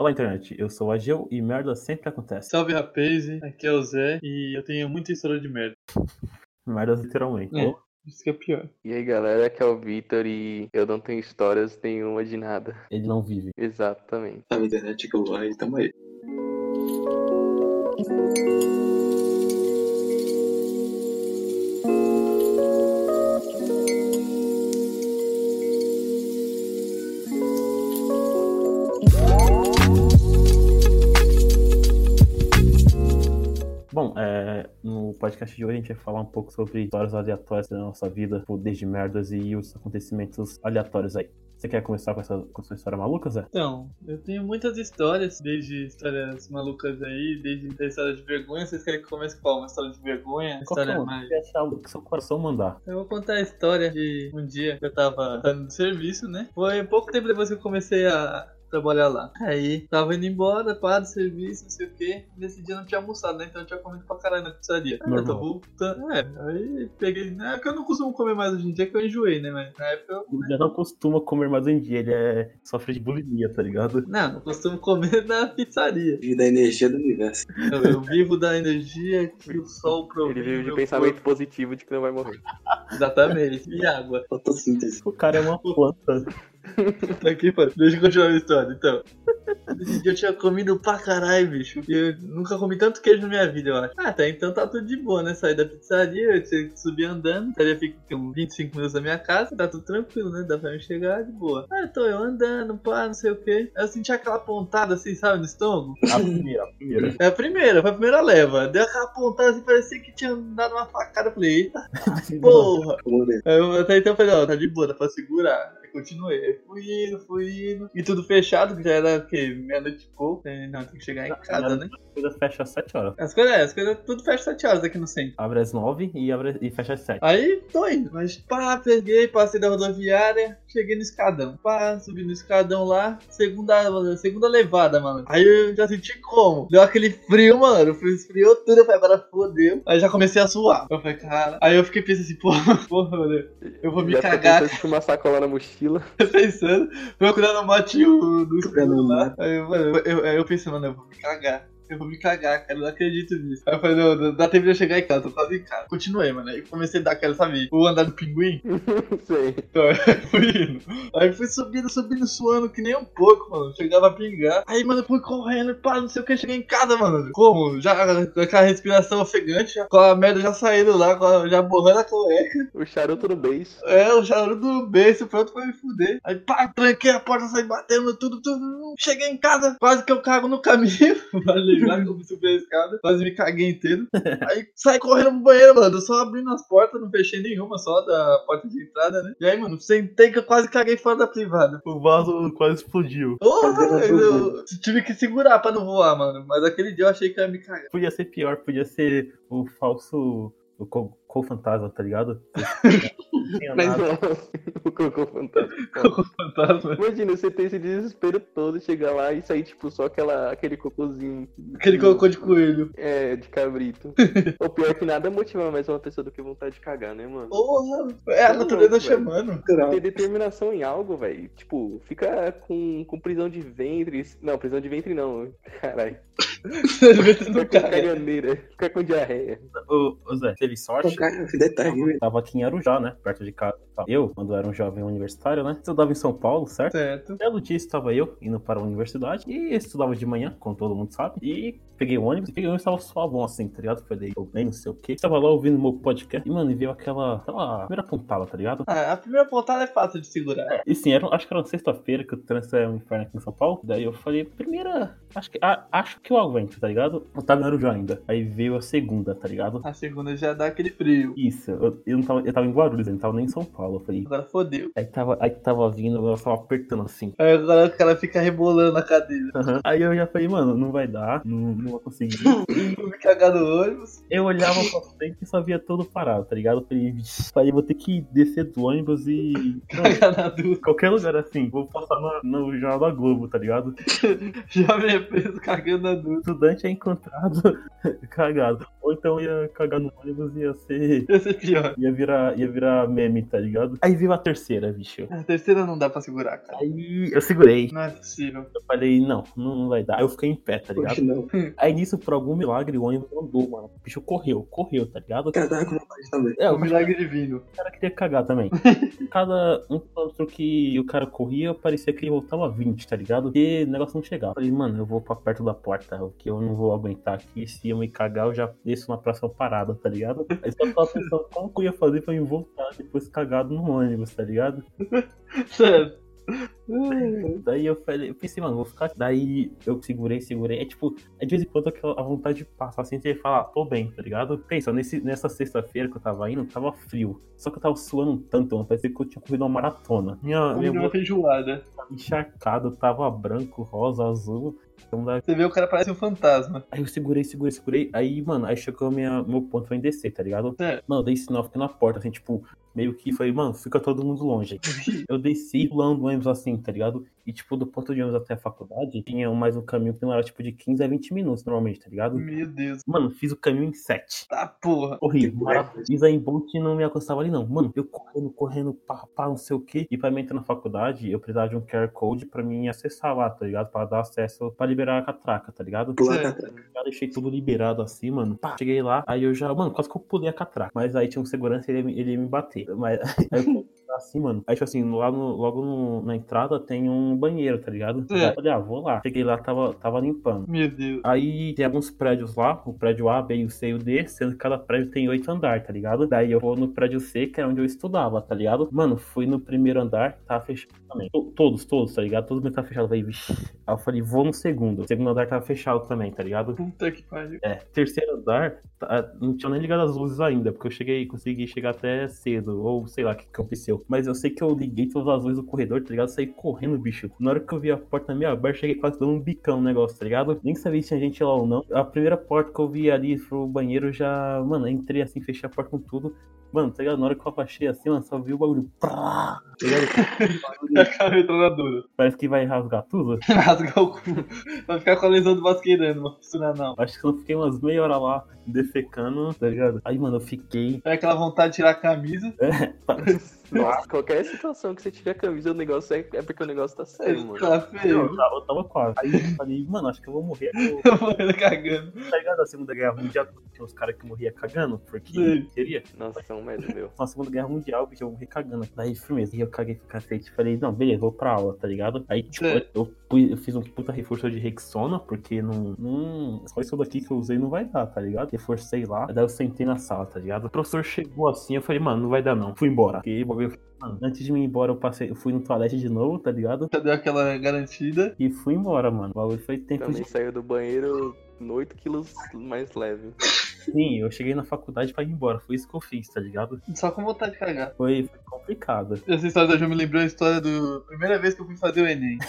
Olá, internet. Eu sou o Ageu e merda sempre acontece. Salve, rapaz. Aqui é o Zé e eu tenho muita história de merda. Merdas literalmente. Isso que é pior. E aí galera, aqui é o Vitor e eu não tenho histórias nenhuma de nada. Ele não vive. Exatamente. Salve, internet, que eu vou aí, tamo aí. Bom, no podcast de hoje a gente vai falar um pouco sobre histórias aleatórias da nossa vida, desde merdas e os acontecimentos aleatórios aí. Você quer começar com sua história maluca, Zé? Então, eu tenho muitas histórias, desde histórias malucas aí, desde histórias de vergonha. Vocês querem que comece com uma história de vergonha? História mais... Você achar o que seu coração mandar. Eu vou contar a história de um dia que eu tava dando de serviço, né? Foi pouco tempo depois que eu comecei a trabalhar lá. Aí, tava indo embora, do serviço, não sei o que. Nesse dia eu não tinha almoçado, né? Então eu tinha comido pra caralho na pizzaria. Aí eu tô voltando. Aí peguei. É que eu não costumo comer mais hoje em dia, que eu enjoei, né? Mas na época eu. Ele já não costuma comer mais em dia, ele sofre de bulimia, tá ligado? Não costumo comer na pizzaria. E da energia do universo. Eu vivo da energia que o sol provém. Ele vive de pensamento positivo de que não vai morrer. Exatamente. E água. Fotossíntese. O cara é uma planta. Tá aqui, pô. Deixa eu continuar a história, então. Esse dia eu tinha comido pra caralho, bicho. E eu nunca comi tanto queijo na minha vida, eu acho. Até então tá tudo de boa, né? Saí da pizzaria, eu tinha que subir andando. A pizzaria fica uns 25 minutos da minha casa. Tá tudo tranquilo, né? Dá pra me chegar de boa. Aí tô eu andando, pá, não sei o que. Aí eu senti aquela pontada assim, sabe, no estômago. A primeira. É a primeira, foi a primeira leva. Deu aquela pontada assim, parecia que tinha dado uma facada. Eu falei, eita, porra. Aí eu até então falei, ó, tá de boa, dá pra segurar. Aí continuei. Aí fui indo. E tudo fechado, que já era o quê? Meia-noite e pouco. Não, tem que chegar em casa, né? As coisas fecham às 7 horas. As coisas tudo fecha às 7 horas aqui no centro. Abre às 9 e fecha às 7. Aí tô indo. Mas pá, peguei, passei da rodoviária, cheguei no escadão. Pá, subi no escadão lá. Segunda levada, mano. Aí eu já senti como? Deu aquele frio, mano. Esfriou tudo. Eu falei, agora fodeu. Aí já comecei a suar. Eu falei, cara. Aí eu fiquei pensando assim, porra, mano. Eu vou me Já cagar. Com uma sacola na mochila. Pensando, procurando o matinho do escuro lá. Aí, mano, eu pensei, mano, eu vou me cagar, cara, eu não acredito nisso. Aí eu falei, não, dá tempo de eu chegar em casa, tô quase em casa. Continuei, mano, aí comecei a dar aquela, sabe, o andar do pinguim. Sei. Então, aí fui indo. Aí fui subindo, suando que nem um pouco, mano, chegava a pingar. Aí, mano, eu fui correndo, pá, não sei o que, cheguei em casa, mano. Como? Já com aquela respiração ofegante, já, com a merda já saindo lá, já borrando a cueca. O charuto no beijo. O charuto do beijo, pronto pra me fuder. Aí, pá, tranquei a porta, saí batendo tudo. Cheguei em casa, quase que eu cago no caminho. Valeu. Lá que eu subi a escada, quase me caguei inteiro. Aí saí correndo pro banheiro, mano. Só abrindo as portas, não fechei nenhuma, só da porta de entrada, né? E aí, mano, sentei que eu quase caguei fora da privada. O vaso quase explodiu. Porra, eu tive que segurar pra não voar, mano. Mas aquele dia eu achei que ia me cagar. Podia ser pior, podia ser o falso. O cocô fantasma, tá ligado? Mas não, o cocô fantasma. Cocô fantasma. Imagina, você ter esse desespero todo, chegar lá e sair, tipo, só aquele cocôzinho. Aquele cocô de coelho. De cabrito. O pior que nada motiva mais uma pessoa do que vontade de cagar, né, mano? Porra, é a natureza chamando. Ter determinação em algo, velho. Tipo, fica com prisão de ventre. Não, prisão de ventre não. Caralho. Não caga. Caganeira. Fica com diarreia. Ô Zé, teve sorte? Detalhe. Tava aqui em Arujá, né? Perto de casa. Eu, quando era um jovem universitário, né? Estudava em São Paulo, certo? Certo. Belo dia estava eu indo para a universidade e estudava de manhã, como todo mundo sabe. E peguei o ônibus estava suavão assim, tá ligado? Falei, eu bem, não sei o que. Estava lá ouvindo meu podcast e, mano, veio aquela primeira pontada, tá ligado? A primeira pontada é fácil de segurar. E sim, acho que era uma sexta-feira que o trânsito é um inferno aqui em São Paulo. Daí eu falei, primeira, acho que eu aguento, tá ligado? Eu tava em Arujá ainda. Aí veio a segunda, tá ligado? A segunda já dá aquele frio. Isso, eu tava em Guarulhos, eu não tava nem em São Paulo. Eu falei, Agora fodeu. aí tava vindo, eu tava apertando assim. Aí agora o cara fica rebolando na cadeira. Uhum. Aí eu já falei, mano, não vai dar, não vou conseguir. Vou me cagar no ônibus. Eu olhava pra frente e só via todo parado, tá ligado? Eu falei, vou ter que descer do ônibus e Cagar na dúvida. qualquer lugar assim, vou passar no Jornal da Globo, tá ligado? Já me preso cagando na dúvida. Estudante é encontrado cagado. Ou então ia cagar no ônibus e ia ser. Ia ser pior. Ia virar meme, tá ligado? Aí veio a terceira, bicho. A terceira não dá pra segurar, cara. Aí eu segurei. Não é possível. Eu falei, não vai dar. Aí eu fiquei em pé, tá ligado? Poxa, não. Aí nisso, por algum milagre, o ônibus andou, mano. O bicho correu, tá ligado? Cara, com vontade também. É, Um o milagre divino. cara queria cagar também. Cada um quilômetro que o cara corria, parecia que ele voltava a 20, tá ligado? E o negócio não chegava. Eu falei, mano, eu vou pra perto da porta, porque eu não vou aguentar aqui. Se eu me cagar, eu já desço na próxima parada, tá ligado? Aí só tava pensando como que eu ia fazer pra me voltar depois cagado no ônibus, tá ligado? Sério. Daí eu pensei, mano, vou ficar. Daí eu segurei. É tipo, de vez em quando a vontade de passar assim, você fala, tô bem, tá ligado? Pensa, nessa sexta-feira que eu tava indo, tava frio. Só que eu tava suando tanto, mano, parecia que eu tinha corrido uma maratona. Minha Comendo uma boca feijoada. tava encharcada, tava branco, rosa, azul. Então, Você vê o cara parece um fantasma. aí eu segurei. Aí, mano, aí chegou meu ponto foi em descer, tá ligado? É. Mano, eu dei sinal, fiquei na porta, assim, tipo, meio que falei, mano, fica todo mundo longe. Eu desci pulando o ônibus assim, tá ligado? E, tipo, do ponto de ônibus até a faculdade, tinha mais um caminho que não era, tipo, de 15 a 20 minutos, normalmente, tá ligado? Meu Deus. Mano, fiz o caminho em 7. Tá porra. Corri, Que maratona. Isaim Bolt não me acostava ali, não. Mano, eu correndo, pá, não sei o quê. E pra mim entrar na faculdade, eu precisava de um QR Code pra mim acessar lá, tá ligado? Pra dar acesso, pra liberar a catraca, tá ligado? Pular a Certo. catraca. Já deixei tudo liberado assim, mano. Pá, cheguei lá, aí eu já, mano, quase que eu pulei a catraca. Mas aí tinha um segurança e ele ia me bater. Mas aí eu assim, mano. Aí, tipo assim, na entrada tem um banheiro, tá ligado? É. Aí eu falei, vou lá. Cheguei lá, tava limpando. Meu Deus. Aí tem alguns prédios lá, o prédio A, B, o C e o D, sendo que cada prédio tem 8 andares, tá ligado? Daí eu vou no prédio C, que é onde eu estudava, tá ligado? Mano, fui no primeiro andar, tava fechado também. Todos, tá ligado? Todos estavam fechados. Aí, vixi. Aí eu falei, vou no segundo. O segundo andar tava fechado também, tá ligado? Puta que pariu. Terceiro andar, não tinha nem ligado as luzes ainda, porque eu consegui chegar até cedo, ou sei lá o que aconteceu. Mas eu sei que eu liguei todas as luzes do corredor, tá ligado? Saí correndo, bicho. Na hora que eu vi a porta meio aberta, cheguei quase dando um bicão no negócio, tá ligado? Nem sabia se tinha gente lá ou não. A primeira porta que eu vi ali pro banheiro, já, mano, entrei assim, fechei a porta com tudo. Mano, tá ligado? Na hora que eu abaixei assim, mano, só vi o bagulho. Tá ligado? Aquela metralhadora. Parece que vai rasgar tudo. Rasgar o cu. Vai ficar com a lesão do Vasqueirano, não mistura não. Acho que eu fiquei umas meia hora lá, defecando, tá ligado? Aí, mano, eu fiquei. Vai aquela vontade de tirar a camisa. Nossa, qualquer situação que você tiver a camisa do negócio é porque o negócio tá sério, mano. Tá feio. Eu tava quase. Aí eu falei, mano, acho que eu vou morrer. Tô morrendo cagando. Tá ligado? A Segunda Guerra Mundial, tinha uns caras que morriam cagando, porque Sim. queria. Nossa, é um medo, meu. Na Segunda Guerra Mundial, bicho, eu morri cagando. Daí, firmeza. E eu caguei pro cacete. Falei, não, beleza, vou pra aula, tá ligado? Aí, tipo, Sim. eu fiz um puta reforço de Rexona, porque só isso daqui que eu usei não vai dar, tá ligado? Reforcei lá. Daí eu sentei na sala, tá ligado? O professor chegou assim, eu falei, mano, não vai dar não. Fui embora. Porque o bagulho. Mano, antes de me ir embora, eu fui no toalete de novo, tá ligado? Já deu aquela garantida. E fui embora, mano. O bagulho foi tempo Também de. saiu do banheiro 8 quilos mais leve. Sim, eu cheguei na faculdade pra ir embora. Foi isso que eu fiz, tá ligado? Só com vontade de cagar. Foi complicado. Essa história da Ju me lembrou a história do... Primeira vez que eu fui fazer o Enem.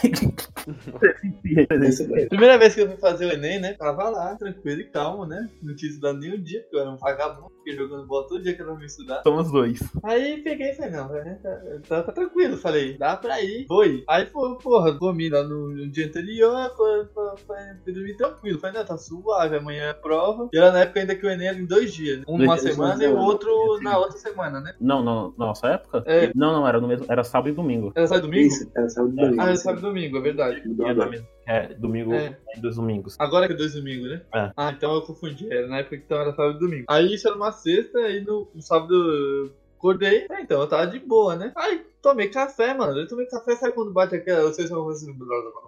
Essa daí. Primeira vez que eu fui fazer o Enem, né? Tava lá, tranquilo e calmo, né? Não tinha estudado nenhum dia, porque eu era um vagabundo. Fiquei jogando bola todo dia que eu não ia estudar. Somos dois. Aí peguei e falei, não, né? Tá tranquilo. Falei, dá pra ir. Foi. Aí foi, porra, dormi lá no dia anterior. Fui dormir tranquilo. Falei, não, tá suave, amanhã é prova. E era na época ainda que o Enem era em 2 dias. Um numa semana e o outro na outra semana, né? Não, na nossa época? É. Não, era no mesmo. Era sábado e domingo. Era só domingo? Isso, era sábado e domingo. Ah, era sábado e domingo, é verdade. Domingo É. em 2 domingos. Agora que é 2 domingos, né? É. Ah, então eu confundi. Era na época que então era sábado e domingo. Aí isso era uma sexta, aí no sábado eu acordei. Então eu tava de boa, né? Aí tomei café, mano. Eu tomei café, sabe quando bate aquela. Eu sei se eu assim.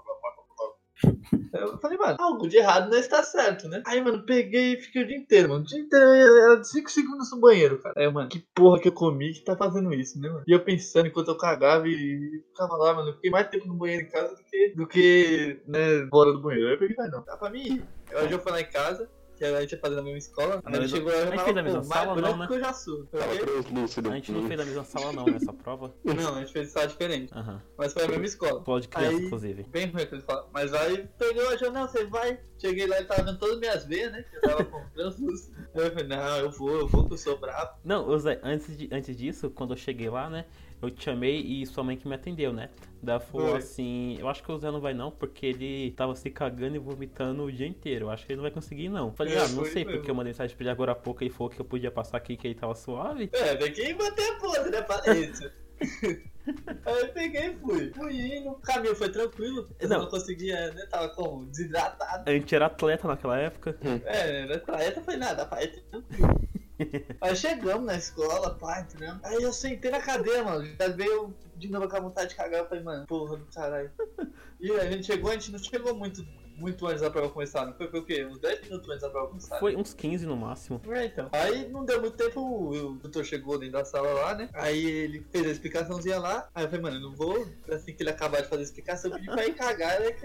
Eu falei, mano, algo de errado não está certo, né? Aí, mano, peguei e fiquei o dia inteiro, mano. O dia inteiro era 5 segundos no banheiro, cara. Aí, mano, que porra que eu comi que tá fazendo isso, né, mano? E eu pensando enquanto eu cagava e ficava lá, mano. Eu fiquei mais tempo no banheiro em casa do que né, fora do banheiro. Aí eu peguei, mas não, dá pra mim ir. Hoje eu fui lá em casa. Que a gente ia fazer na mesma escola. Aí ele chegou lá e A gente fez na mesma sala, não, né? que eu já sou. Tava translúcido. A gente não fez na mesma sala, não, nessa prova. Não, a gente fez sala diferente. Aham. Mas foi a mesma escola. Escola de criança, Aí- inclusive. Bem ruim que eles falam. Mas aí pegou a jornal, você vai. Cheguei lá e tava vendo todas as minhas veias, né? Que eu tava com translúcido. Aí eu falei, não, eu vou que eu sou bravo. Não, ô Zé, antes disso, quando eu cheguei lá, né? eu te chamei e sua mãe que me atendeu, né? Daí ela falou Foi. assim, eu acho que o Zé não vai não, porque ele tava se cagando e vomitando o dia inteiro. Eu acho que ele não vai conseguir não. Eu falei, É, não foi sei, mesmo. porque eu mandei mensagem pra ele agora há pouco, ele falou que eu podia passar aqui, que ele tava suave. Tem que bater a ponta, né? Falei isso. Aí eu peguei e fui. Fui indo, o caminho foi tranquilo. Eu Não. não conseguia, né? Tava como? Desidratado. A gente era atleta naquela época. Na praia foi nada, a praia tranquilo. Aí chegamos na escola, pá, entendeu? Aí eu sentei na cadeira, mano. Já veio de novo com a vontade de cagar. Eu falei, mano, porra do caralho. E aí a gente não chegou muito antes da prova começar, não foi? Foi o quê? Uns 10 minutos antes da prova começar. Foi uns 15 no máximo. Então. Aí não deu muito tempo, o doutor chegou dentro da sala lá, né? Aí ele fez a explicaçãozinha lá. Aí eu falei, mano, eu não vou, assim que ele acabar de fazer a explicação, eu pedi pra ir cagar, né?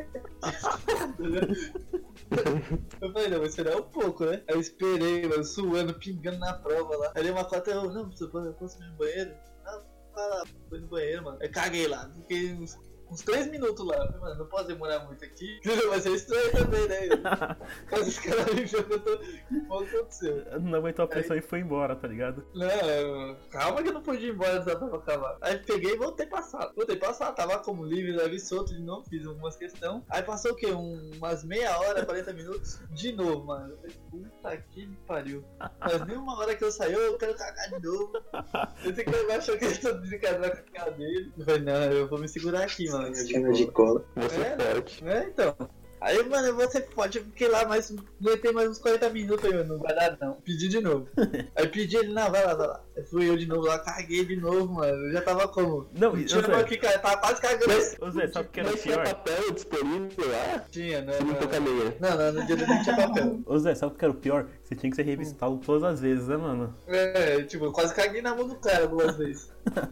Eu falei, não, vou esperar um pouco, né? Aí eu esperei, mano, suando, pingando na prova lá. Aí dei uma cota, eu, não, eu posso ir no banheiro? Não, vai lá, fui no banheiro, mano. Aí caguei lá, fiquei uns 3 minutos lá. Eu falei, mano, não posso demorar muito aqui. Vai ser estranho também, né? Mas os caras me perguntam o que aconteceu. Não aguentou a pressão e foi embora, tá ligado? Não, calma que eu não pude ir embora antes da prova acabar. Aí peguei e voltei passar. Tava como livre, leve e solto de novo, fiz algumas questões. Aí passou o quê? Umas meia hora, 40 minutos, de novo, mano. Eu falei, puta que me pariu. Mas nem uma hora que eu saí, eu quero cagar de novo. Esse cara achou que eu tô desencadeando com a cara dele. Eu falei, não, eu vou me segurar aqui, mano. Cana de cola. Você É, pode. Então. Aí, mano, você pode, eu fiquei lá mais, aguentei mais uns 40 minutos, eu não vai dar não. Pedi de novo. Aí pedi ele, não, vai lá. Aí fui eu de novo lá, caguei de novo, mano. Eu já tava como? Não, Tinha uma aqui, cara, tava quase cagando. Ô Zé, sabe o que era Mas tinha pior? papel disponível lá? Tinha, né? Você não toca meia. Não, no dia do não tinha papel. Ô Zé, sabe o que era o pior? Você tinha que ser revistado todas as vezes, né, mano? Tipo, eu quase caguei na mão do cara 2 vezes.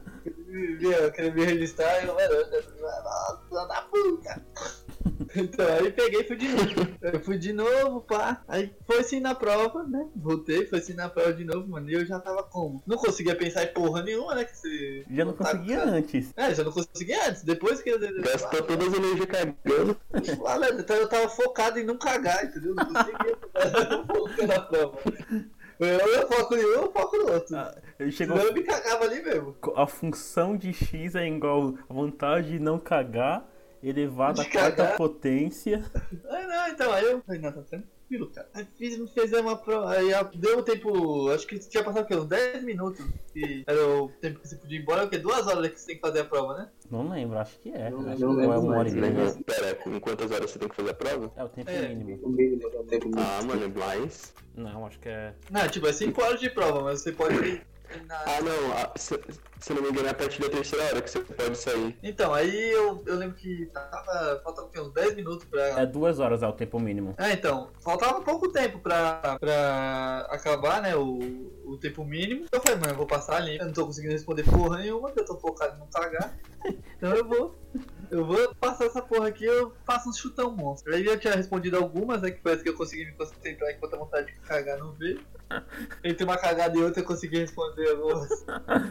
Eu queria me registrar e eu, nossa, da puta. Então, aí peguei e fui de novo. Eu fui de novo, pá. Aí foi assim na prova, né? Voltei, foi assim na prova de novo, mano. E eu já tava como? Não conseguia pensar em porra nenhuma, né? Que você. Já não conseguia antes. Já não conseguia antes. Depois que eu. Gastou todas as energias cagando. Então eu tava focado em não cagar, entendeu? Não conseguia focar na prova. Eu foco em um, eu foco no outro. Chegou Senão eu me cagava ali mesmo. a função de x é igual a vontade de não cagar elevada à De quarta cagar. potência. Não, então, aí eu falei, não, tá tranquilo, cara. Aí fizemos uma prova, aí deu o tempo, acho que tinha passado o quê? Uns 10 minutos. Que era o tempo que você podia ir embora, é o quê? 2 horas que você tem que fazer a prova, né? Não lembro, acho que é. Não Acho que lembro é 1 hora e mais, meia. né? Pera, em quantas horas você tem que fazer a prova? É o tempo É. mínimo. O mínimo é o tempo Ah, mínimo. mano, mas... Não, acho que é. Não, tipo, é 5 horas de prova, mas você pode treinar. Ah, não, se não me engano é a partir da 3ª hora que você pode sair. Então, aí eu lembro que faltava o quê? Uns 10 minutos pra. É 2 horas é o tempo mínimo. Então, faltava pouco tempo pra acabar, né, o tempo mínimo. Eu falei, mano, eu vou passar ali, eu não tô conseguindo responder porra nenhuma, porque eu tô focado em não cagar. Então eu vou passar essa porra aqui, eu faço um chutão monstro. Aí eu tinha respondido algumas, né, que parece que eu consegui me concentrar enquanto a vontade de cagar não veio. Entre uma cagada e outra eu consegui responder algumas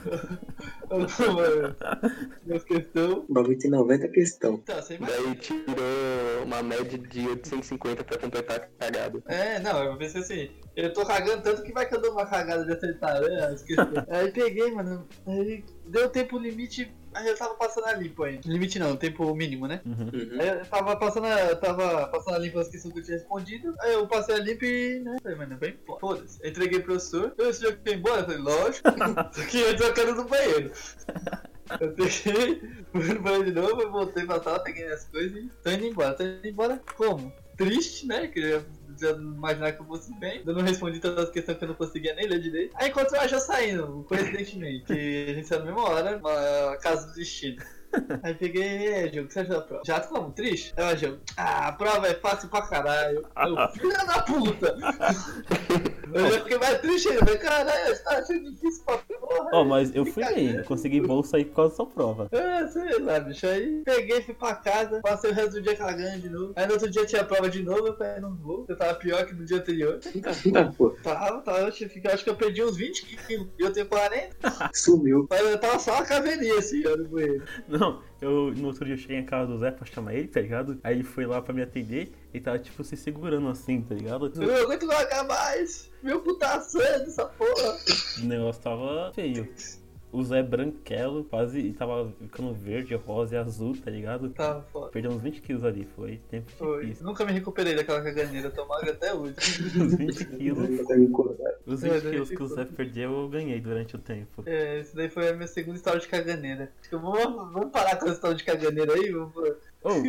questões. 90 questão. Então, você imagina. Daí tirou uma média de 850 pra completar a cagada. Não, eu pensei assim, eu tô cagando tanto que vai que eu dou uma cagada de acertar, né? Aí peguei, mano, aí deu tempo limite, aí eu tava passando a limpo ainda. Limite não, tempo mínimo, né? Uhum. Aí eu tava passando a limpo as questões que eu tinha respondido, aí eu passei a limpo e, né, falei, mano, vai embora. Foda-se. Eu entreguei pro professor, o senhor foi embora? Eu falei, lógico, só que antes eu quero no banheiro. Eu peguei, fui no banheiro de novo, eu voltei pra sala, peguei as coisas e tô indo embora. Tô indo embora como? Triste, né? Que eu já imaginar que eu fosse bem. Eu não respondi todas as questões que eu não conseguia nem ler direito. Aí encontrei o Aja saindo, coincidentemente. Que a gente saiu na mesma hora, uma casa do destino. Aí peguei, Gil, o que você achou da prova? Já tô triste? Aí o Gil, a prova é fácil pra caralho. Eu, filha da puta! Eu já fiquei mais triste ainda, falei, caralho, você tá achando difícil pra porra. Ó, mas eu fui bem, eu consegui bolsa aí por causa da sua prova. Sei lá, bicho. Aí peguei, fui pra casa, passei o resto do dia cagando de novo. Aí no outro dia tinha prova de novo, eu falei, não vou, eu tava pior que no dia anterior. Pô, Tava, eu acho que eu perdi uns 20 quilos e eu tenho 40. sumiu. Mas eu tava só uma caveirinha assim, ó, no banheiro. Não, no outro dia eu cheguei em casa do Zé pra chamar ele, tá ligado? Aí ele foi lá pra me atender e tava tipo se segurando assim, tá ligado? Eu não aguento cagar mais. Meu cu tá sangue essa porra. O negócio tava feio. O Zé branquelo, quase tava ficando verde, rosa e azul, tá ligado? Tava foda. Perdeu uns 20 quilos ali, foi tempo Foi. difícil. Nunca me recuperei daquela caganeira, tô magro até hoje. Os 20 quilos, os 20 É, quilos que o Zé perdeu, eu ganhei durante o tempo. É, esse daí foi a minha segunda história de caganeira. Acho que vamos parar com a história de caganeira aí? Oh,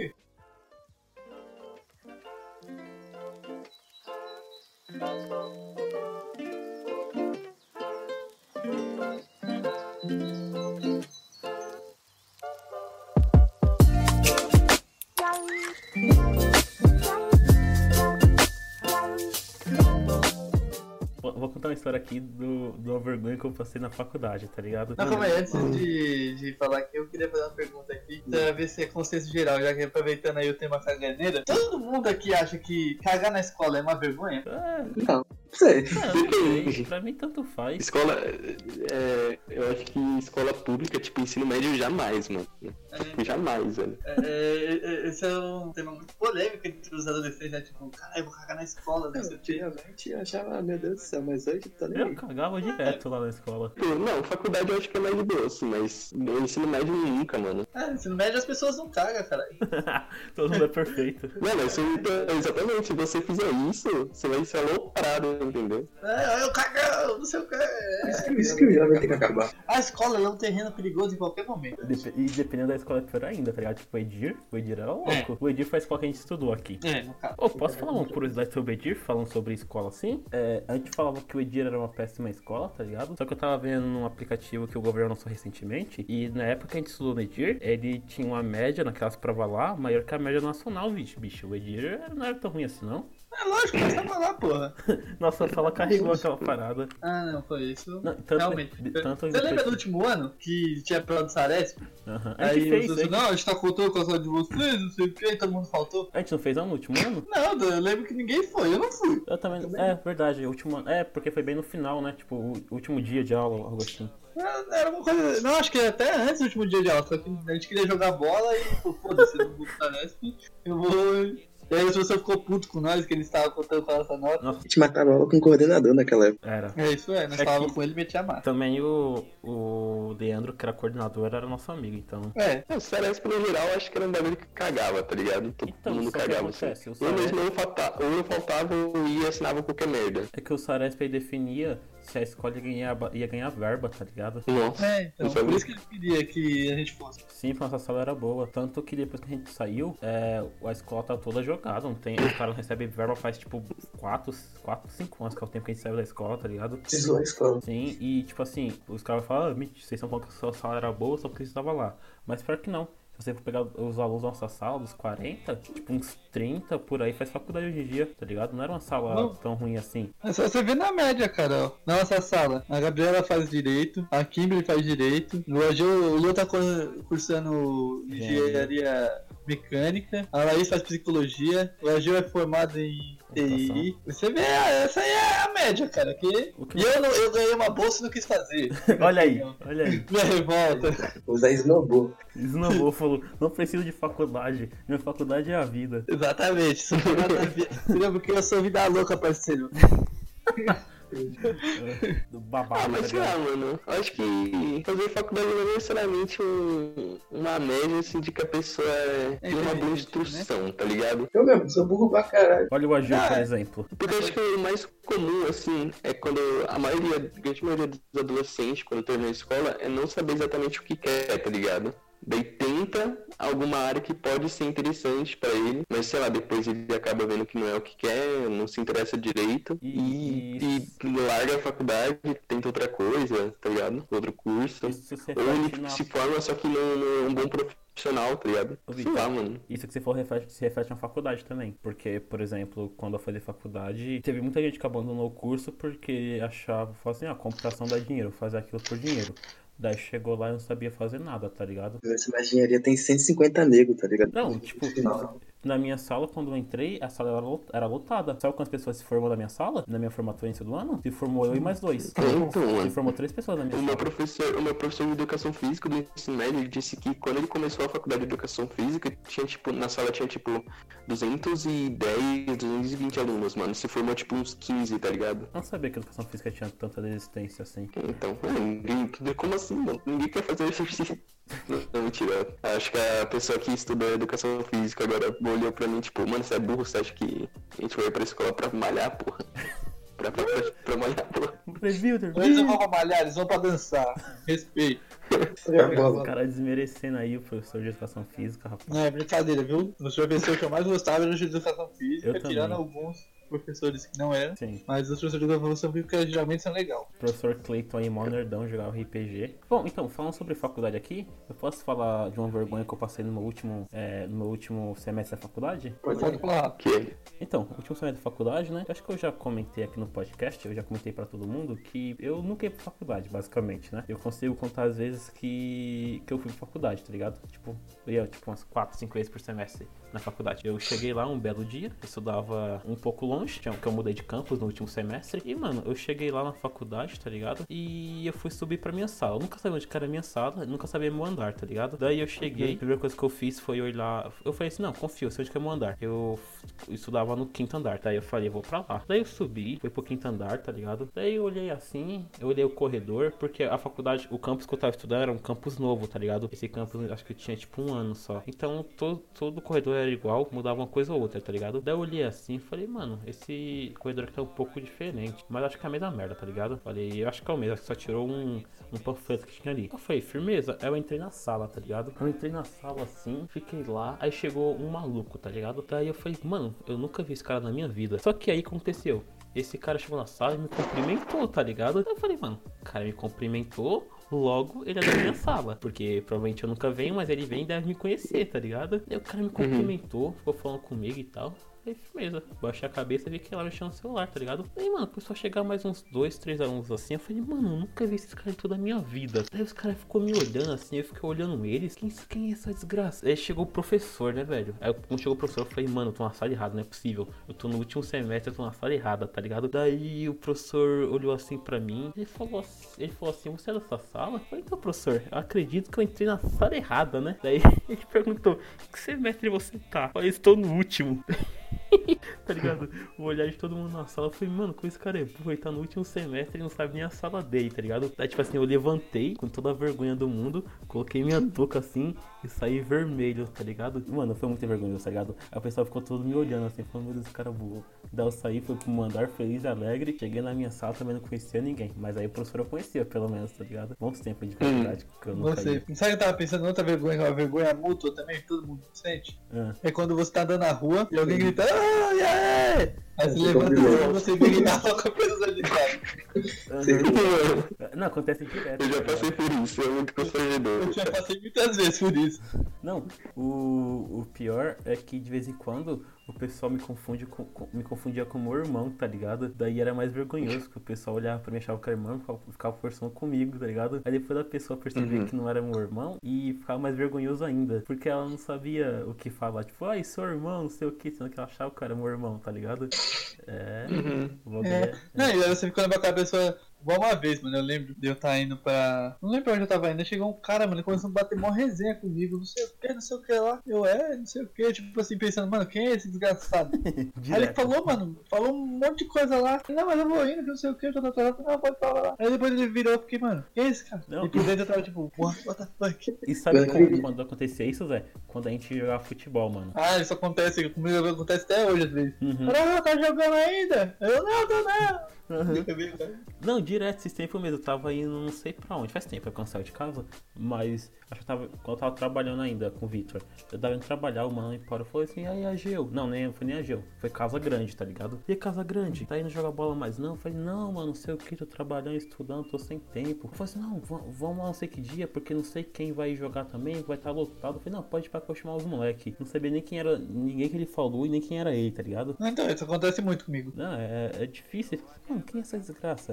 vou contar uma história aqui do vergonha que eu passei na faculdade, tá ligado? Não, calma aí, antes de falar aqui, eu queria fazer uma pergunta aqui, pra ver se é consenso geral, já que aproveitando aí o tema caganeira. Todo mundo aqui acha que cagar na escola é uma vergonha? Não sei. Depende. Pra mim tanto faz. Escola, eu acho que escola pública, tipo, ensino médio, jamais, mano. Tipo, jamais, velho. Esse é um tema muito polêmico entre os adolescentes, né? Tipo, caralho, eu vou cagar na escola, não sei o quê. Antigamente eu achava, meu Deus do céu, mas hoje tá nem Eu aí. cagava direto lá na escola. Pô, não, faculdade eu acho que é mais de boa, assim, mas no ensino médio nunca, mano. Ensino médio as pessoas não cagam, caralho. Todo mundo é perfeito. Não, mas exatamente, se você fizer isso, você vai ser aloprado, entendeu? Eu cagão, não sei o que. Isso que já vai ter que acabar. A escola é um terreno perigoso em qualquer momento. E dependendo da escola é pior ainda, tá ligado? Tipo, o Edir era louco. O Edir foi a escola que a gente estudou aqui. No caso. Ô, posso falar uma curiosidade sobre o Edir, falando sobre escola assim? A gente falava que o Edir era uma péssima escola, tá ligado? Só que eu tava vendo num aplicativo que o governo lançou recentemente, e na época que a gente estudou no Edir, ele tinha uma média naquelas provas lá, maior que a média nacional, bicho. O Edir não era tão ruim assim, não. É lógico, nós tava lá, porra. Nossa, sala carregou aquela parada. Não, foi isso. Não, tanto- Realmente. tanto- Você lembra do último ano que tinha prova do Saresp? Aham. A Aí gente fez, os professores, não, a gente tá contando com a sala de vocês, não sei o que, todo mundo faltou. a gente não fez no último ano? Não, eu lembro que ninguém foi, eu não fui. Eu também. É, verdade, o último ano. É, porque foi bem no final, né? Tipo, o último dia de aula, algo assim. Era uma coisa. Não, acho que até antes do último dia de aula, só que a gente queria jogar bola e, pô, foda-se, não vou pro Saresp, eu vou. E aí o professor ficou puto com nós, que ele estava contando com a nossa nota. Nossa, A gente matava aula com o coordenador naquela época. era. Nós É falávamos que- com ele e metia a marca. Também o Leandro, que era coordenador, era nosso amigo, então. O Saresp, no geral, acho que era um bagulho que cagava, tá ligado? Todo Então, mundo só que cagava, assim. acontece, o Ou Saresp- ou não faltava ou ia assinava qualquer merda. É que o Saresp aí definia se a escola ia ganhar verba, tá ligado? Nossa. Então, Isso é por isso que ele queria que a gente fosse. Sim, nossa sala era boa. Tanto que depois que a gente saiu, a escola tá toda jogada. Não tem, os caras não recebem verba faz tipo 4, 5 anos, que é o tempo que a gente saiu da escola, tá ligado? Precisou a escola. Sim, e tipo assim, os caras falam, vocês estão falando que a sua sala era boa só porque você estava lá. Mas pior que não. Se você for pegar os alunos da nossa sala, dos 40, tipo uns 30 por aí faz faculdade hoje em dia, tá ligado? Não era uma sala Não. tão ruim assim. É só você ver na média, cara, ó. Na nossa sala, a Gabriela faz direito, a Kimberly faz direito, o Leo tá cursando engenharia mecânica, a Laís faz psicologia, o Agil é formado em TI. Você vê, essa aí é a média, cara. O que- E eu ganhei uma bolsa e não quis fazer. Olha aí, olha aí. Minha revolta. O Zé esnobou. Esnobou, falou, não preciso de faculdade. Minha faculdade é a vida. Exatamente, isso foi nada a ver. Entendeu? Porque eu sou vida louca, parceiro. Do babado, Mas tá sei lá, ligado? mano, eu acho que fazer faculdade não é necessariamente uma média assim de que a pessoa tem uma boa inteligente, instrução, tá ligado? Eu mesmo, sou burro pra caralho. Olha o Agil, por Ah, exemplo. Porque eu acho que o mais comum, assim, é quando a grande maioria dos adolescentes, quando termina a escola, é não saber exatamente o que quer, tá ligado? Daí tenta alguma área que pode ser interessante pra ele, mas sei lá, depois ele acaba vendo que não é o que quer, não se interessa direito e larga a faculdade, tenta outra coisa, tá ligado? Outro curso. Isso se Ou reflete ele na... se forma, só que não é um bom profissional, tá ligado? Ô, Sei Vitor, lá, mano. Isso que você for se reflete na faculdade também. Porque, por exemplo, quando eu fazia faculdade, teve muita gente que abandonou o curso porque achava, falava assim, computação dá dinheiro, vou fazer aquilo por dinheiro. Daí chegou lá e não sabia fazer nada, tá ligado? Essa engenharia tem 150 negros, tá ligado? Não, tipo, Final. Na minha sala, quando eu entrei, a sala era lotada. Sabe quantas pessoas se formou na minha sala? Na minha formatura início do ano? Se formou eu e mais 2. Se formou 3 pessoas na minha sala. O meu professor de educação física do ensino médio, ele disse que quando ele começou a faculdade de educação física, tinha, tipo, na sala tinha, tipo, 210, 220 alunos, mano. Se formou, tipo, uns 15, tá ligado? Não sabia que a educação física tinha tanta resistência assim. Então, como assim, mano? Ninguém quer fazer exercício. Não, mentira. Acho que a pessoa que estuda educação física agora olhou pra mim, tipo, mano, você é burro, você acha que a gente vai pra escola pra malhar, porra? Pra malhar, porra. Eles não vão pra malhar, eles vão pra dançar. Respeito. O cara desmerecendo aí o professor de educação física, rapaz. Não, é brincadeira, viu? Os professores que eu mais gostava eram de educação física, Eu tirando também. alguns professores que não eram. Sim. Mas os professores de educação física geralmente são legais. O professor Clayton aí, mó nerdão, jogava RPG. Bom, então, falando sobre faculdade aqui, eu posso falar de uma vergonha que eu passei no meu último semestre da faculdade? Pode falar. Que? Então, o último semestre da faculdade, né? Acho que eu já comentei aqui no podcast, eu já comentei pra todo mundo que eu nunca ia pra faculdade, basicamente, né? Eu consigo contar as vezes que eu fui pra faculdade, tá ligado? Tipo, eu ia tipo umas 4, 5 vezes por semestre na faculdade. Eu cheguei lá um belo dia, eu estudava um pouco longe, que eu mudei de campus no último semestre. E, mano, eu cheguei lá na faculdade, tá ligado? E eu fui subir pra minha sala. Eu nunca sabia onde que era a minha sala, nunca sabia meu andar, tá ligado? Daí eu cheguei, a primeira coisa que eu fiz foi olhar. Eu falei assim, não, confio, eu sei onde que é meu andar. Eu estudava no 5º andar, daí eu falei, eu vou pra lá. Daí eu subi, fui pro 5º andar, tá ligado? Daí eu olhei assim, eu olhei o corredor, porque a faculdade, o campus que eu tava estudando era um campus novo, tá ligado? Esse campus acho que tinha tipo 1 ano só. Então todo o corredor era igual, mudava uma coisa ou outra, tá ligado? Daí eu olhei assim e falei, mano, esse corredor aqui tá um pouco diferente, mas acho que é a mesma merda, tá ligado? Falei, eu acho que é o mesmo, acho que só tirou um panfleto que tinha ali. Eu falei, firmeza. Aí eu entrei na sala, tá ligado? Eu entrei na sala assim, fiquei lá, aí chegou um maluco, tá ligado? Daí eu falei, mano, eu nunca vi esse cara na minha vida. Só que aí aconteceu. Esse cara chegou na sala e me cumprimentou, tá ligado? Aí eu falei, mano, o cara me cumprimentou, logo ele é da minha sala. Porque provavelmente eu nunca venho, mas ele vem e deve me conhecer, tá ligado? Aí o cara me cumprimentou, ficou falando comigo e tal. Aí, firmeza, baixei a cabeça e vi que ela mexeu no celular, tá ligado? Aí, mano, começou a chegar mais uns 2, 3 alunos assim. Eu falei, mano, eu nunca vi esses caras em toda a minha vida. Aí os caras ficou me olhando assim, eu fiquei olhando eles. Quem é essa desgraça? Aí chegou o professor, né, velho? Aí quando chegou o professor, eu falei, mano, eu tô na sala errada, não é possível. Eu tô no último semestre, eu tô na sala errada, tá ligado? Daí o professor olhou assim pra mim, ele falou assim, você é dessa sala? Eu falei, então, professor, eu acredito que eu entrei na sala errada, né? Daí ele perguntou, que semestre você tá? Eu falei, estou no último. Tá ligado? O olhar de todo mundo na sala, eu falei, mano, como esse cara é burro, ele tá no último semestre e não sabe nem a sala dele, tá ligado? Daí, tipo assim, eu levantei com toda a vergonha do mundo, coloquei minha touca assim e saí vermelho, tá ligado? Mano, foi muito vergonhoso, tá ligado? Aí o pessoal ficou todo me olhando assim, falando, meu Deus, esse cara é burro. Daí eu saí, fui pro meu andar feliz e alegre, cheguei na minha sala, também não conhecia ninguém, mas aí o professor eu conhecia, pelo menos, tá ligado? Bons tempos de faculdade que eu nunca ia. Sabe que eu tava pensando em outra vergonha, uma vergonha mútua também, que todo mundo sente? É quando você tá andando na rua e alguém grita, oh, yeah! Aí você levanta e você vê que tava com a pessoa de trás. Não, acontece direto. Eu já passei por isso, é muito constrangedor. Eu já passei muitas vezes por isso. Não, o pior é que de vez em quando o pessoal me confundia com meu irmão, tá ligado? Daí era mais vergonhoso, que o pessoal olhava pra mim, achava que era irmão e ficava conversando comigo, tá ligado? Aí depois a pessoa percebia que não era meu irmão e ficava mais vergonhoso ainda, porque ela não sabia o que falar, tipo, ai, seu irmão, não sei o que, sendo que ela achava que era meu irmão, tá ligado? Não, e aí você ficou na cabeça. Igual uma vez, mano, eu lembro de eu estar indo pra... Não lembro pra onde eu tava indo, aí chegou um cara, mano, ele começou a bater mó resenha comigo, não sei o que lá. Eu, não sei o que, tipo assim, pensando, mano, quem é esse desgraçado? Aí ele falou, mano, um monte de coisa lá. Não, mas eu vou indo, que não sei o que, eu tô atrasado, não, pode falar lá. Aí depois ele virou, eu fiquei, mano, quem é esse cara? Não. E por dentro eu tava tipo, what the fuck? E sabe quando acontecia isso, Zé? Quando a gente jogava futebol, mano. Ah, isso acontece, comigo acontece até hoje, às vezes. Não, tá jogando ainda? Eu, não, tô não. Não, direto, esses tempos mesmo, eu tava indo não sei pra onde, faz tempo que eu saí de casa, mas acho que quando eu tava trabalhando ainda com o Victor, eu tava indo trabalhar, o mano falou assim, aí Ageu, não, foi nem Ageu, foi Casa Grande, tá ligado? E Casa Grande, tá indo jogar bola mais não? Eu falei, não, mano, não sei o que, tô trabalhando, estudando, tô sem tempo. Eu falei assim, não, vamos lá não sei que dia, porque não sei quem vai jogar também, vai estar lotado. Eu falei, não, pode ir pra chamar os moleque. Não sabia nem quem era, ninguém que ele falou e nem quem era ele, tá ligado? Então, isso acontece muito comigo. Não, é difícil. Mano, quem é essa desgraça? E como a gente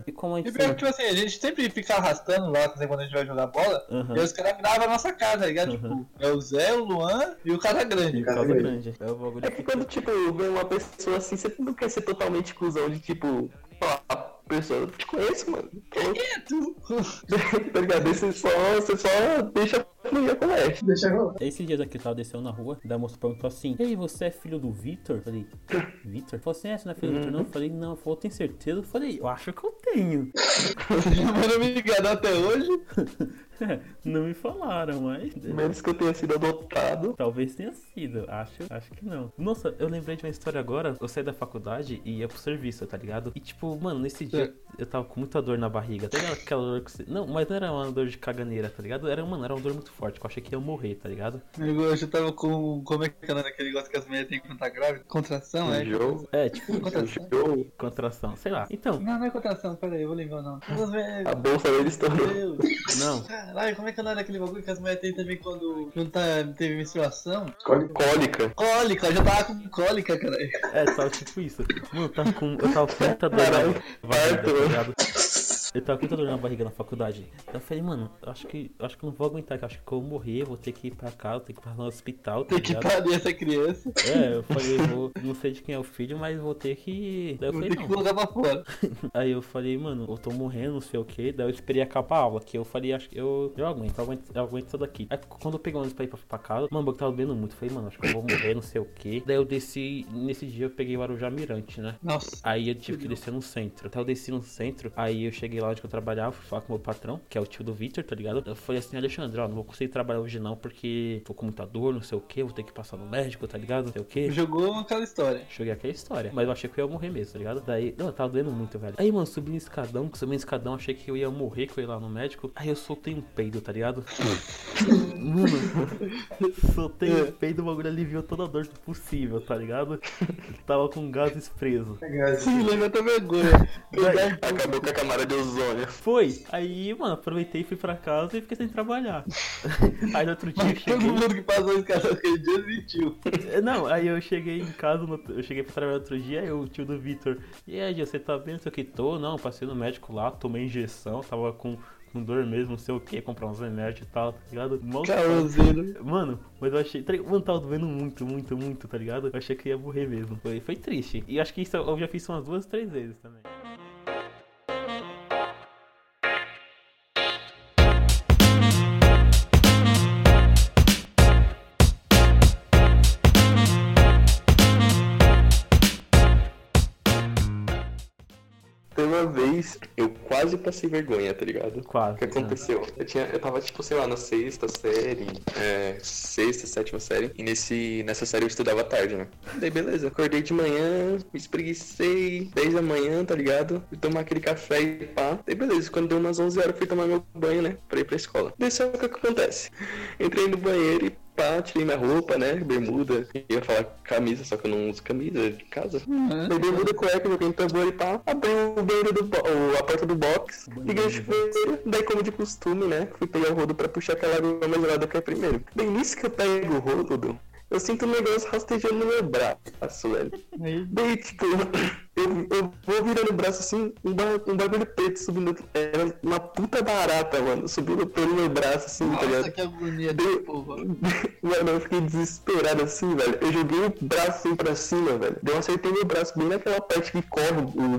E pior que, tipo assim, a gente sempre fica arrastando lá quando a gente vai jogar bola, Aham. e os caras gravam a nossa casa, tá ligado? Uhum. Tipo, é o Zé, o Luan e o cara E grande. o Casa Grande. É o bagulho. É que quando, tipo, vem uma pessoa assim, você não quer ser totalmente cuzão de, tipo, falar, a pessoa, eu te conheço, mano. É tu. Tá ligado? Você só deixa fluir a conversa. Deixa rolar. Esses dias aqui eu tava descendo na rua, daí a moça perguntou assim: Ei, você é filho do Vitor? Falei, Vitor? Falou assim: É, você não é filho do Vitor? Não, eu falei, não, falou, tem certeza? Eu falei, eu acho que eu tenho. Mas não me enganou até hoje. Não me falaram, mas. Menos que eu tenha sido adotado. Talvez tenha sido, acho que não. Nossa, eu lembrei de uma história agora. Eu saí da faculdade e ia pro serviço, tá ligado? E tipo, mano, nesse dia eu tava com muita dor na barriga. Tá ligado? Aquela dor que você... Não, mas não era uma dor de caganeira, tá ligado? Era uma dor muito forte, que eu achei que ia morrer, tá ligado? Eu já tava com. Como é que é naquele negócio que as mulheres têm quando tá grávida? Contração, é? Jogo. É, tipo, Contração. Jogo. contração, sei lá. Então, Não é contração, pera aí, eu vou lembrar o nome. A bolsa dele estourou. Meu Deus. não. Caralho, como é que é o nome daquele bagulho que as mulheres têm também quando não teve menstruação? Escolhe. Cólica. Cólica, eu já tava com cólica, cara. É, tava tipo isso. Mano, eu tava com muita dor na Caralho, barriga, parto, tá ligado? Eu tava com muita dor na barriga na faculdade. Eu falei, mano, acho que eu não vou aguentar, que eu acho que eu vou morrer, vou ter que ir pra casa, ter que ir no hospital, tá Tem que ligado? parir essa criança. É, eu falei, não sei de quem é o filho, mas vou ter que. Daí eu Vou falei, ter que não. colocar pra fora. Aí eu falei, mano, eu tô morrendo, não sei o que. Daí eu esperei acabar a aula, que eu falei, acho que eu aguento isso daqui. Aí quando eu peguei o ônibus pra ir pra casa, mano, o bagulho tava doendo muito. Eu falei, mano, acho que eu vou morrer, não sei o que. Daí eu desci, nesse dia eu peguei o Arujá Mirante, né? Nossa. Aí eu tive que descer no centro. Até eu desci no centro, aí eu cheguei lá onde eu trabalhava, fui falar com o meu patrão, que é o tio do Victor, tá ligado? Eu falei assim, Alexandre, ó, não vou conseguir trabalhar hoje não, porque tô com muita dor, não sei o que, vou ter que passar no médico, tá ligado? Não sei o que. Jogou aquela história. Joguei aquela história, mas eu achei que eu ia morrer mesmo, tá ligado? Daí, não, tava doendo muito, velho. Aí, mano, subi no escadão, achei que eu ia morrer com ele lá no médico. Aí eu soltei um peido, tá ligado? Mano, soltei um peido, o bagulho aliviou toda a dor possível, tá ligado? Tava com gases preso. Sim, levanta vergonha. Acabou com a camada de ozônio. Foi, aí, mano, aproveitei, fui pra casa e fiquei sem trabalhar. Aí no outro dia eu Mas todo cheguei. mundo que passou esse cara aquele dia admitiu. Não, aí eu cheguei em casa, eu cheguei pra trabalhar outro dia, aí o tio do Vitor, e aí, você tá bem, não sei o que, tô, não, passei no médico lá, tomei injeção, tava com dor mesmo, não sei o que, comprar uns remédios e tal, tá ligado? Caroseiro. Mano, mas eu achei, mano, tava doendo muito, tá ligado? Eu achei que ia morrer mesmo, foi triste, e acho que isso eu já fiz umas 2, 3 vezes também. Tem uma vez, eu quase passei vergonha, tá ligado? Quase. O que aconteceu? Eu tava, tipo, sei lá, na sexta série, sétima série, e nessa série eu estudava à tarde, né? Daí, beleza, acordei de manhã, me espreguicei, 10 da manhã, tá ligado? Fui tomar aquele café e pá. Daí, beleza, quando deu umas 11 horas, eu fui tomar meu banho, né? Pra ir pra escola. Daí, sabe o que acontece? Entrei no banheiro e pá, tirei minha roupa, né? Bermuda. Ia falar camisa, só que eu não uso camisa de casa. Daí bermuda, cueca, joguei no tambor e pá. Abri o banheiro a porta do box. Liguei o chuveiro. Daí, como de costume, né? Fui pegar o rodo pra puxar aquela água mais gelada que é primeiro. Bem, nisso que eu pego o rodo, eu sinto um negócio rastejando no meu braço, velho. Daí, tipo, eu vou virando o braço assim, um bagulho preto subindo. Era uma puta barata, mano, subindo pelo meu braço, assim, tá ligado? Nossa, que agonia desse povo. Mano, eu fiquei desesperado assim, velho. Eu joguei o braço assim pra cima, velho. Eu acertei meu braço bem naquela parte que corre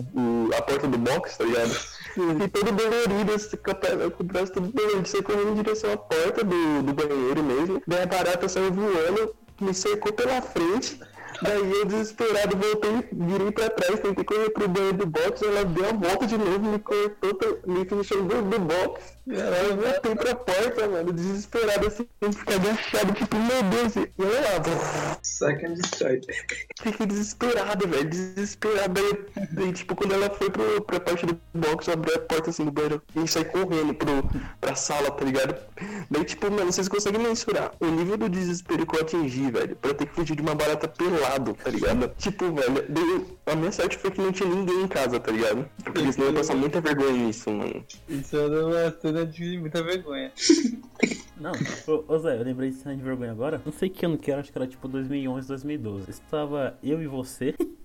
a porta do box, tá ligado? Fiquei todo dolorido, assim, com o braço todo dolorido. Você correndo em direção à porta do banheiro mesmo. Daí a barata saiu voando, me cercou pela frente. Daí eu desesperado voltei, virei pra trás, tentei correr pro banheiro do box, ela deu a volta de novo, me cortou, me fechou do box. Eu voltei pra porta, mano, desesperado assim, ficar agachado, tipo, meu Deus, e eu lá, Saca and destroy. fiquei desesperado, velho, desesperado. Daí, tipo, quando ela foi pra parte do box, eu abri a porta assim do banheiro e saí correndo pra sala, tá ligado? Daí, tipo, mano, vocês conseguem mensurar o nível do desespero que eu atingi, velho, pra ter que fugir de uma barata pelado, tá ligado? Tipo, velho, a minha sorte foi que não tinha ninguém em casa, tá ligado? Porque senão eu ia passar muita vergonha nisso, mano. Isso era uma cena de muita vergonha. Não, ô Zé, eu lembrei de cena de vergonha agora. Não sei que ano que era, acho que era tipo 2011, 2012. Estava eu e você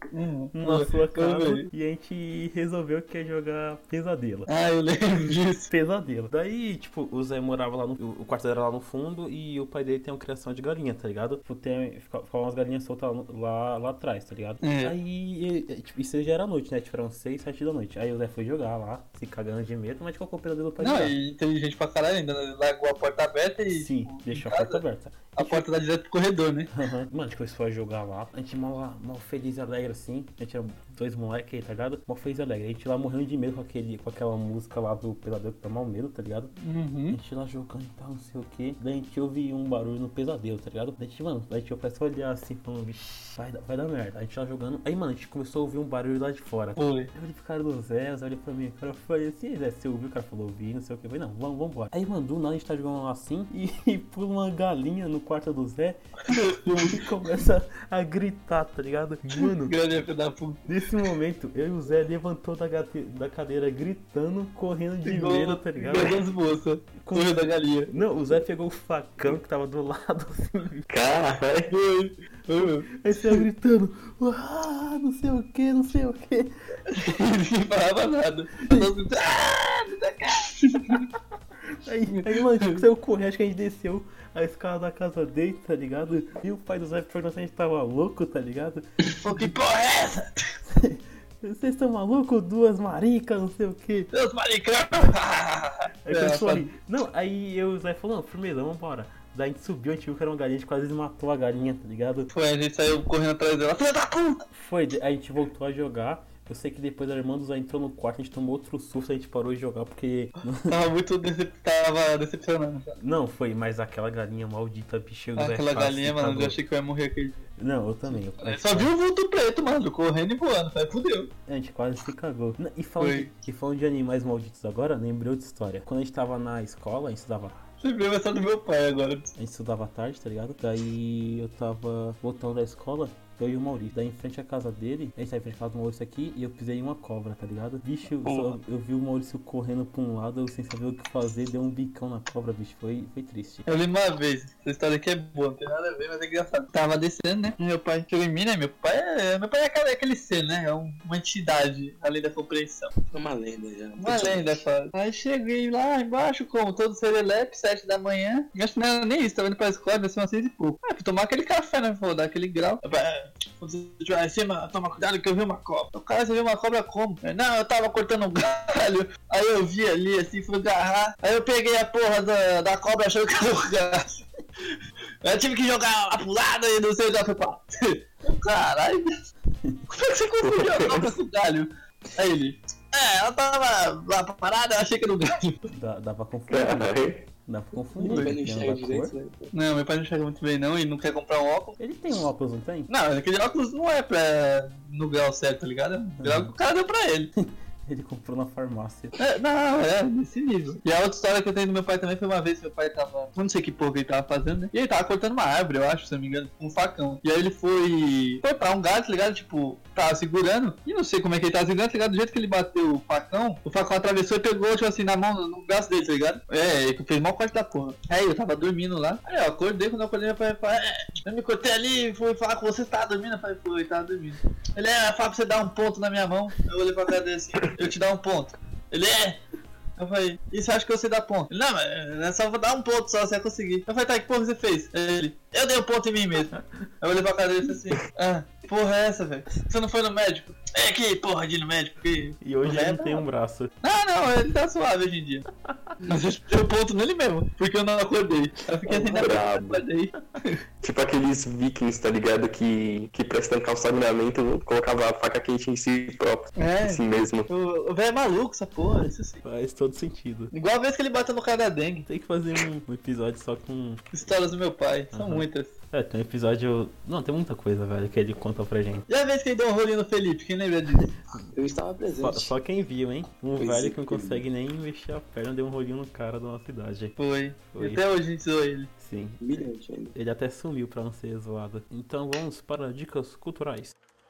na sua casa velho. e a gente resolveu que ia jogar Pesadelo. Ah, eu lembro disso. Pesadelo. Daí, tipo, o Zé morava lá no. O quarto era lá no fundo e o pai dele tem uma criação de galinha, tá ligado? Tipo, ficavam umas galinhas soltas lá atrás, tá ligado? É. Aí, tipo, isso já era noite, né? Tipo, eram 6, 7 da noite. Aí o Zé foi jogar lá, se cagando de medo, mas colocou o pesadelo pra Não, jogar. e teve gente pra caralho ainda, né? Largou a porta aberta e. Sim, tipo, deixou em a porta casa, aberta. A porta dá direto pro corredor, né? Mano, a gente começou a jogar lá. A gente mal feliz e alegre assim. A gente era 2 moleques aí, tá ligado? Mal feliz e alegre. A gente lá morrendo de medo com aquela música lá do Pesadelo que tá mal medo, tá ligado? A gente lá jogando e tal, não sei o que. Daí a gente ouve um barulho no pesadelo, tá ligado? Daí a gente, mano, eu começo a olhar assim, falando, vixi, vai dar merda. A gente lá jogando. Aí, mano, a gente começou a ouvir um barulho lá de fora. Foi. Eu olhei pro cara do Zé, o Zé olhou pra mim, o cara falou assim, Zé, você ouviu? O cara falou, ouvi, não sei o que. Eu falei, não, vamos embora. Aí, mano, do nada a gente tá jogando lá assim e pula uma galinha no quarto do Zé e começa a gritar, tá ligado? Mano, Grande filho da puta. nesse momento, eu e o Zé levantou da cadeira gritando, correndo de medo, tá ligado? Igual das moças. Correu da galinha. Não, o Zé pegou o facão que tava do lado, assim. Caralho. Aí você ia gritando, não sei o que, não sei o que. Ninguém falava nada. Aí, mano, a gente saiu correndo, acho que a gente desceu a escada da casa dele, tá ligado? E o pai do Zé perguntou se a gente tava louco, tá ligado? Pô, que porra é essa? Vocês estão malucos? Duas maricas, não sei o que. Deus maricão! Aí começou a rir. Não, aí eu e o Zé falou, não, firmeza, vambora. Daí a gente subiu, a gente viu que era uma galinha, a gente quase matou a galinha, tá ligado? Foi, a gente saiu correndo atrás dela. Filha da puta! Foi, a gente voltou a jogar. Eu sei que depois a irmã do Zé entrou no quarto, a gente tomou outro susto, a gente parou de jogar porque... Tava muito tava decepcionando. Não, foi, mas aquela galinha maldita, bicho, o Zé Aquela quase galinha, se mano, cagou. eu achei que eu ia morrer aquele. Não, eu também. Só vi o vulto preto, mano, correndo e voando. Falei, fudeu. A gente quase se cagou. E Foi. falando de animais malditos agora, lembrei outra história. Quando a gente tava na escola, a gente estudava Você viu essa do meu pai agora. A gente estudava à tarde, tá ligado? Daí eu tava voltando da escola, eu e o Maurício. Daí em frente à casa dele, a gente tava em frente à casa do Maurício aqui e eu pisei em uma cobra, tá ligado? Bicho, eu vi o Maurício correndo pra um lado, eu sem saber o que fazer, deu um bicão na cobra, bicho. Foi triste. Eu lembro uma vez, essa história aqui é boa, não tem nada a ver, mas é engraçado. Tava descendo, né? Meu pai chegou em mim, né? Meu pai é aquele ser, né? É uma entidade, além da compreensão. É uma lenda já. Uma lenda, cara. Aí cheguei lá embaixo, como todo serelepe, 7 da manhã. Acho que não era nem isso, tava indo pra escola, desceu umas 6 e pouco. Fui tomar aquele café, né? Vou dar aquele grau. Quando você estiver lá em cima, toma cuidado que eu vi uma cobra. O cara, você viu uma cobra como? Não, eu tava cortando um galho. Aí eu vi ali, assim, fui agarrar. Aí eu peguei a porra da cobra achando que era um galho. Eu tive que jogar lá pro lado e não sei, já foi pra... Caralho. Como é que você confundiu a cobra com o galho? Aí ele... ela tava lá parada, eu achei que era um galho. Dá pra confundir. Caralho. Dá pra confundir. Meu pai não dependendo enxerga da direito, cor. né? Não, meu pai não enxerga muito bem não e não quer comprar um óculos. Ele tem um óculos, não tem? Não, aquele óculos não é pra... no grau certo, tá ligado? É o grau que o cara deu pra ele. Ele comprou na farmácia. Não, nesse nível. E a outra história que eu tenho do meu pai também foi uma vez que meu pai tava... Eu não sei que porra que ele tava fazendo, né? E ele tava cortando uma árvore, eu acho, se não me engano, com um facão. E aí ele foi cortar um galho, tá ligado? Tipo, tava segurando. E não sei como é que ele tava segurando, tá ligado? Do jeito que ele bateu o facão atravessou e pegou, tipo assim, na mão, no braço dele, tá ligado? Ele fez mal corte da porra. Aí eu tava dormindo lá. Aí eu acordei, quando eu acordei, meu pai falou, eu me cortei ali, fui falar com você, você tava dormindo? Eu falei, foi, tava dormindo. Ele fala pra você dar um ponto na minha mão. Eu olhei pra cara dele assim, eu te dar um ponto. Ele Eu falei, e você acha que você dá ponto? Ele, não, mas é só dar um ponto só, você vai conseguir. Eu falei, tá, que porra você fez? Ele, eu dei um ponto em mim mesmo. Eu olhei pra cara dele e falei assim, porra é essa, velho? Você não foi no médico? É que porra de ir no médico? Que... E hoje ele não tem um braço. Não, ele tá suave hoje em dia. Mas eu dei um ponto nele mesmo, porque eu não acordei. Eu fiquei assim, não acordei. Tipo aqueles vikings, tá ligado? Que pra estancar o sangramento colocava a faca quente em si próprio. Assim mesmo. O velho é maluco, essa porra, isso sim. Faz todo sentido. Igual a vez que ele bateu no cara da dengue. Tem que fazer um episódio só com... Histórias do meu pai, são muitas. Tem um episódio... Não, tem muita coisa, velho, que ele conta pra gente. E a vez que ele deu um rolinho no Felipe, quem lembra disso? Eu estava presente. Só quem viu, hein? Um Pois velho é, que não consegue nem mexer a perna deu um rolinho no cara da nossa idade. Foi. Foi. E até hoje a gente zoou ele. Sim. Humilhante ainda. Ele até sumiu pra não ser zoado. Então vamos para dicas culturais.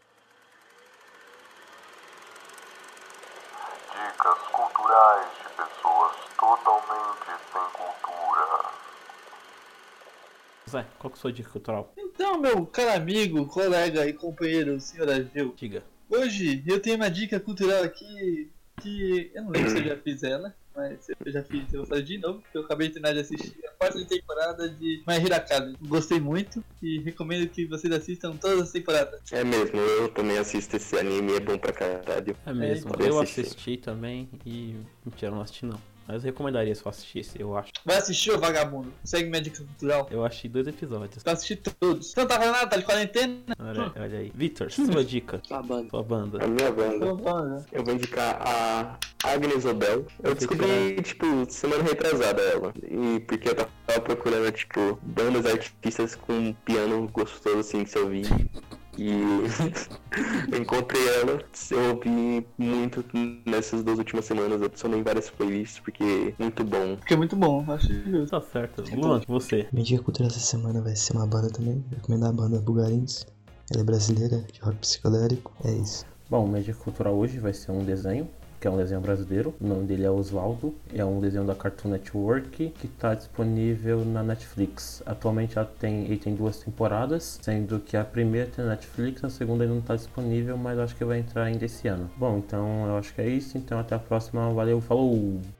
Dicas culturais de pessoas totalmente sem cultura. Zé, qual que é a sua dica cultural? Então, meu caro amigo, colega e companheiro, senhor Agil, Diga. hoje eu tenho uma dica cultural aqui que eu não lembro se eu já fiz ela, mas eu já fiz, eu vou fazer de novo, porque eu acabei de terminar de assistir a quarta temporada de My Hero Academia. Gostei muito e recomendo que vocês assistam todas as temporadas. É mesmo, eu também assisto esse anime, é bom pra caralho. É mesmo, pode eu assistir. assisti também e mentira, não assisti não. Mas eu recomendaria se eu assistisse, eu acho. Vai assistir, ô vagabundo? Segue minha dica cultural. Eu achei 2 episódios. Vai assistir todos. Então tá fazendo nada, tá de quarentena? Olha aí. Vitor, sua dica. A banda. Sua banda. A minha banda, Então tá, né? eu vou indicar a Agnes Obel. Eu descobri, tipo, semana retrasada ela. E porque eu tava procurando, tipo, bandas artistas com um piano gostoso, assim, que se ouvir. E eu encontrei ela, eu ouvi muito nessas 2 últimas semanas, eu adicionei várias playlists, porque é muito bom. Porque é muito bom, acho justo. Tá certo. Luan, você. Minha dica cultural essa semana vai ser uma banda também. Vou recomendar a banda Bulgarins. Ela é brasileira, de rock psicodélico. É isso. Bom, minha dica cultural hoje vai ser um desenho, que é um desenho brasileiro. O nome dele é Oswaldo. É um desenho da Cartoon Network que está disponível na Netflix. Atualmente ele tem 2 temporadas, sendo que a primeira tem na Netflix, a segunda ainda não está disponível, mas acho que vai entrar ainda esse ano. Bom, então eu acho que é isso. Então até a próxima. Valeu, falou!